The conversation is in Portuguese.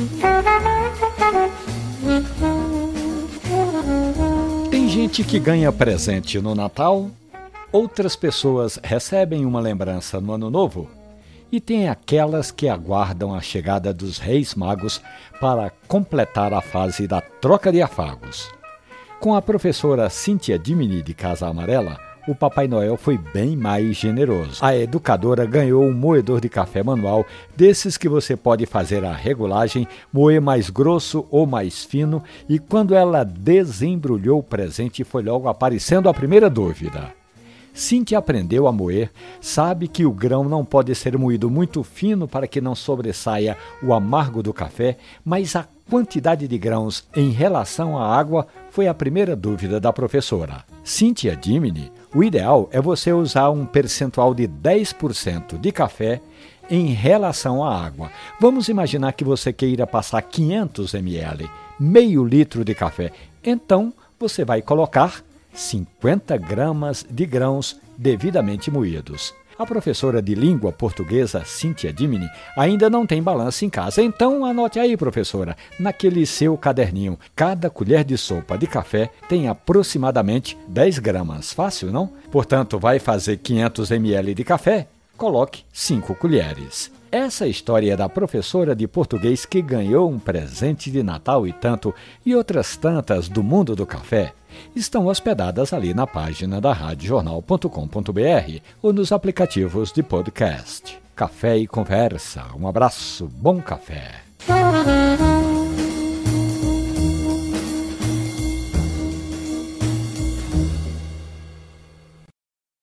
Tem gente que ganha presente no Natal, outras pessoas recebem uma lembrança no Ano Novo e tem aquelas que aguardam a chegada dos Reis Magos para completar a fase da troca de afagos. Com a professora Cíntia Dimini de Casa Amarela, o Papai Noel foi bem mais generoso. A educadora ganhou um moedor de café manual, desses que você pode fazer a regulagem, moer mais grosso ou mais fino, e quando ela desembrulhou o presente foi logo aparecendo a primeira dúvida. Cíntia aprendeu a moer, sabe que o grão não pode ser moído muito fino para que não sobressaia o amargo do café, mas a quantidade de grãos em relação à água foi a primeira dúvida da professora. Cíntia Dimini, o ideal é você usar um percentual de 10% de café em relação à água. Vamos imaginar que você queira passar 500 ml, meio litro de café. Então, você vai colocar 50 gramas de grãos devidamente moídos. A professora de língua portuguesa, Cíntia Dimini, ainda não tem balança em casa. Então, anote aí, professora, naquele seu caderninho. Cada colher de sopa de café tem aproximadamente 10 gramas. Fácil, não? Portanto, vai fazer 500 ml de café? Coloque 5 colheres. Essa história da professora de português que ganhou um presente de Natal e tanto, e outras tantas do mundo do café, estão hospedadas ali na página da radiojornal.com.br ou nos aplicativos de podcast. Café e conversa. Um abraço, bom café.